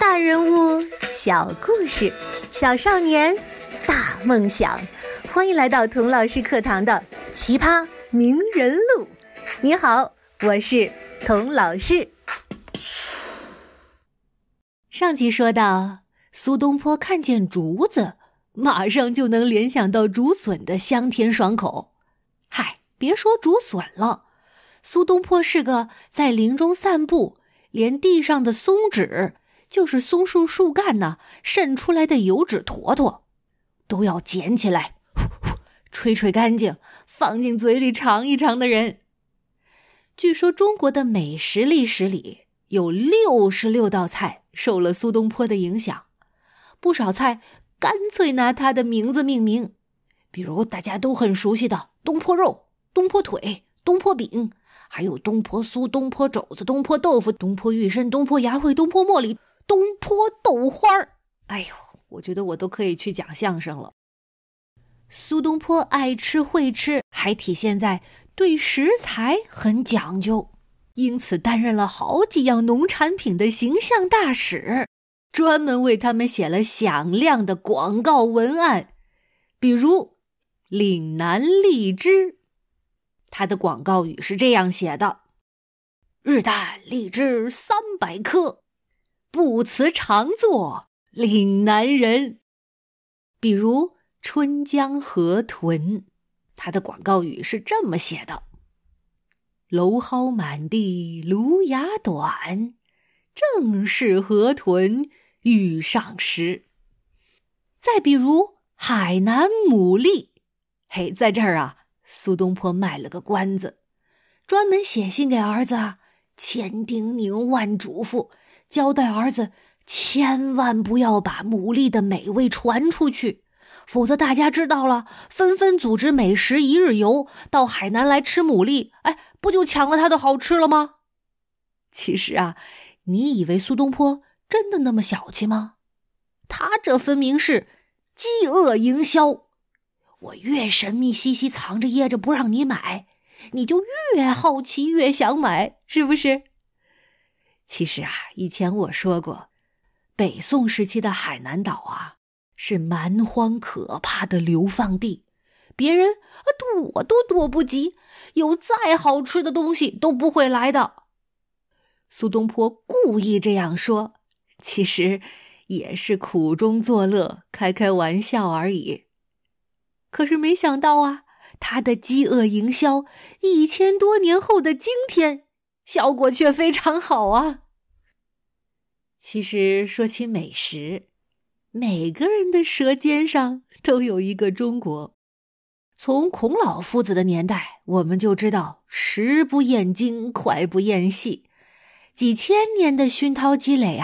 大人物，小故事，小少年，大梦想。欢迎来到童老师课堂的奇葩名人录。你好，我是童老师。上集说到，苏东坡看见竹子，马上就能联想到竹笋的香甜爽口。嗨，别说竹笋了，苏东坡是个在林中散步，连地上的松脂，就是松树树干呢渗出来的油脂坨坨，都要捡起来，吹吹干净，放进嘴里尝一尝的人。据说中国的美食历史里有66道菜受了苏东坡的影响，不少菜干脆拿他的名字命名，比如大家都很熟悉的东坡肉、东坡腿、东坡饼，还有东坡酥、东坡肘子、东坡豆腐、东坡玉参、东坡芽烩、东坡茉莉、东坡豆花儿。哎呦，我觉得我都可以去讲相声了。苏东坡爱吃会吃，还体现在对食材很讲究，因此担任了好几样农产品的形象大使，专门为他们写了响亮的广告文案。比如岭南荔枝，他的广告语是这样写的：日啖荔枝300颗，不辞常作岭南人。比如春江河豚，他的广告语是这么写的：蒌蒿满地芦芽短，正是河豚欲上时。再比如海南牡蛎，嘿，在这儿啊，苏东坡卖了个关子，专门写信给儿子千叮咛万嘱咐，交代儿子千万不要把牡蛎的美味传出去，否则大家知道了，纷纷组织美食一日游，到海南来吃牡蛎，不就抢了他的好吃了吗？其实啊，你以为苏东坡真的那么小气吗？他这分明是饥饿营销。我越神秘兮兮藏着掖着不让你买，你就越好奇越想买，是不是？其实啊，以前我说过，北宋时期的海南岛是蛮荒可怕的流放地，别人躲都躲不及，有再好吃的东西都不会来的。苏东坡故意这样说，其实也是苦中作乐，开开玩笑而已。可是没想到他的饥饿营销1000多年后的今天，效果却非常好啊。其实说起美食，每个人的舌尖上都有一个中国。从孔老夫子的年代，我们就知道食不厌精，脍不厌细。几千年的熏陶积累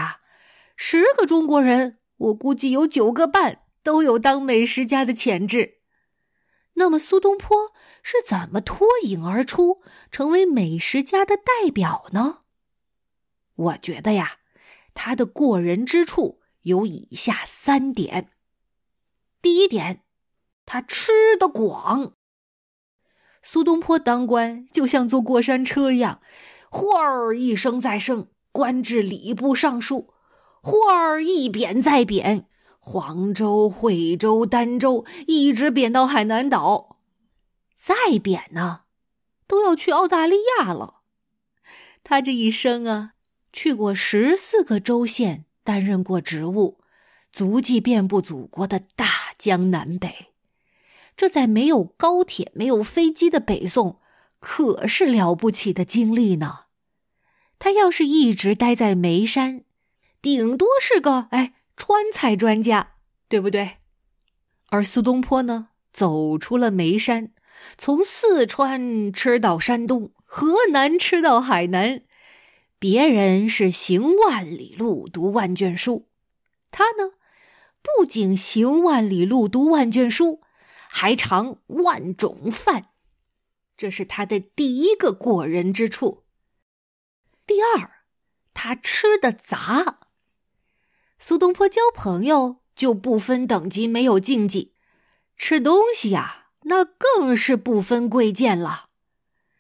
10个中国人，我估计有9个半都有当美食家的潜质。那么苏东坡是怎么脱颖而出，成为美食家的代表呢？我觉得他的过人之处有以下3点。第一点，他吃得广。苏东坡当官就像坐过山车一样，画儿一升再升，官至礼部尚书，画儿一贬再贬，黄州、惠州、儋州，一直贬到海南岛，再贬呢，都要去澳大利亚了。他这一生去过14个州县，担任过职务，足迹遍布祖国的大江南北。这在没有高铁、没有飞机的北宋，可是了不起的经历呢。他要是一直待在眉山，顶多是个川菜专家，对不对？而苏东坡呢，走出了眉山，从四川吃到山东，河南吃到海南。别人是行万里路，读万卷书，他呢，不仅行万里路，读万卷书，还尝万种饭，这是他的第一个过人之处。第二，他吃得杂。苏东坡交朋友就不分等级，没有禁忌，吃东西那更是不分贵贱了。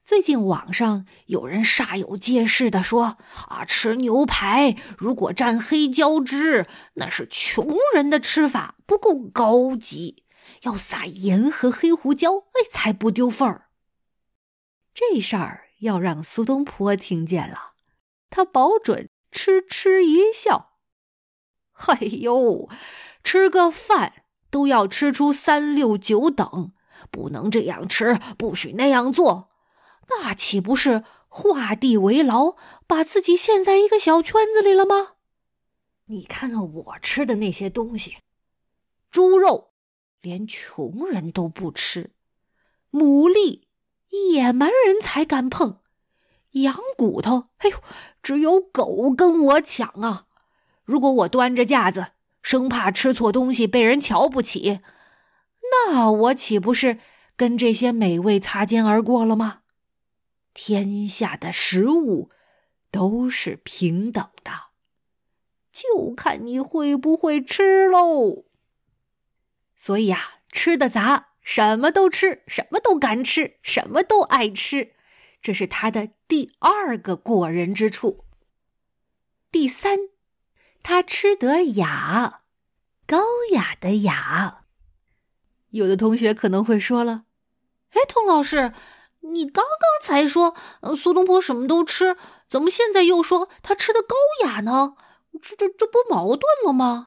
最近网上有人煞有介事地说吃牛排如果蘸黑椒汁，那是穷人的吃法，不够高级，要撒盐和黑胡椒，才不丢份儿。这事儿要让苏东坡听见了，他保准痴痴一笑。哎呦，吃个饭都要吃出3、6、9等，不能这样吃，不许那样做，那岂不是画地为牢，把自己陷在一个小圈子里了吗？你看看我吃的那些东西，猪肉连穷人都不吃，牡蛎野蛮人才敢碰，羊骨头，只有狗跟我抢啊！如果我端着架子，生怕吃错东西被人瞧不起，那我岂不是跟这些美味擦肩而过了吗？天下的食物都是平等的，就看你会不会吃喽。所以吃的杂，什么都吃，什么都敢吃，什么都爱吃，这是他的第2个过人之处。第3，他吃得雅，高雅的雅。有的同学可能会说了，童老师，你刚刚才说苏东坡什么都吃，怎么现在又说他吃得高雅呢？这不矛盾了吗？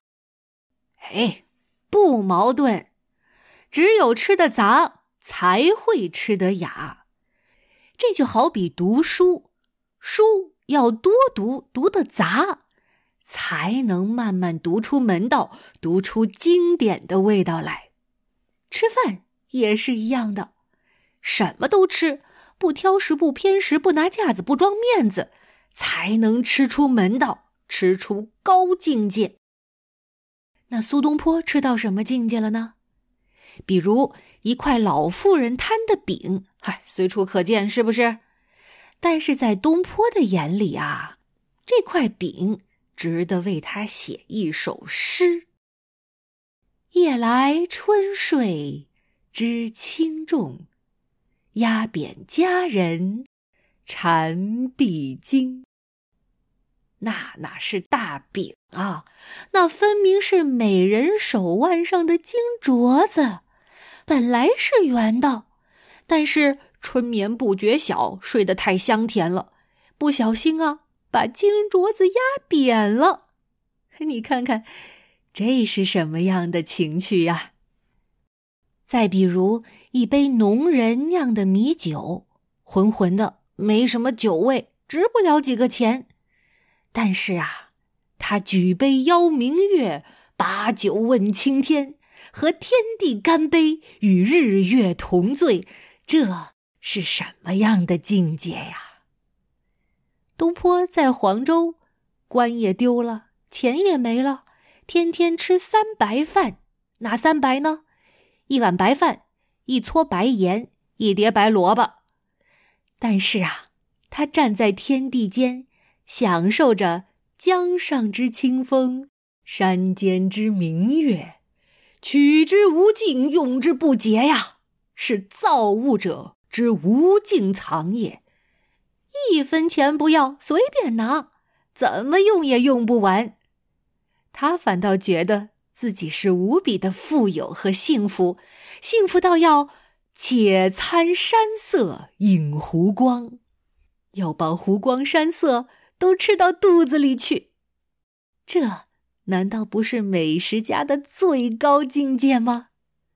不矛盾，只有吃得杂才会吃得雅。这就好比读书，书要多读，读得杂，才能慢慢读出门道，读出经典的味道来。吃饭也是一样的，什么都吃，不挑食，不偏食，不拿架子，不装面子，才能吃出门道，吃出高境界。那苏东坡吃到什么境界了呢？比如一块老妇人摊的饼，随处可见，是不是？但是在东坡的眼里这块饼值得为他写一首诗。夜来春睡知轻重，压扁佳人缠臂经。那哪是大饼那分明是美人手腕上的金镯子，本来是圆的，但是春眠不觉晓，睡得太香甜了，不小心把金镯子压扁了。你看看，这是什么样的情趣呀？再比如一杯农人酿的米酒，浑浑的，没什么酒味，值不了几个钱。但是他举杯邀明月，把酒问青天，和天地干杯，与日月同醉，这是什么样的境界呀？东坡在黄州，官也丢了，钱也没了，天天吃3白饭。哪3白呢？1碗白饭，1撮白盐，1碟白萝卜。但是他站在天地间，享受着江上之清风，山间之明月，取之无尽，用之不竭呀，是造物者之无尽藏也。1分钱不要，随便拿，怎么用也用不完。他反倒觉得自己是无比的富有和幸福，幸福到要且餐山色饮湖光，要把湖光山色都吃到肚子里去。这难道不是美食家的最高境界吗？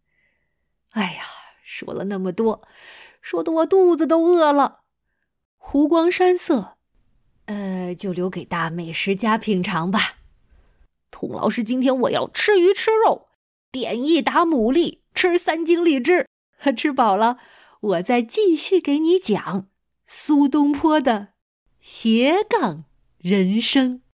说了那么多，说得我肚子都饿了。湖光山色就留给大美食家品尝吧。童老师，今天我要吃鱼吃肉，点1打牡蛎，吃3斤荔枝，吃饱了我再继续给你讲苏东坡的斜杠人生。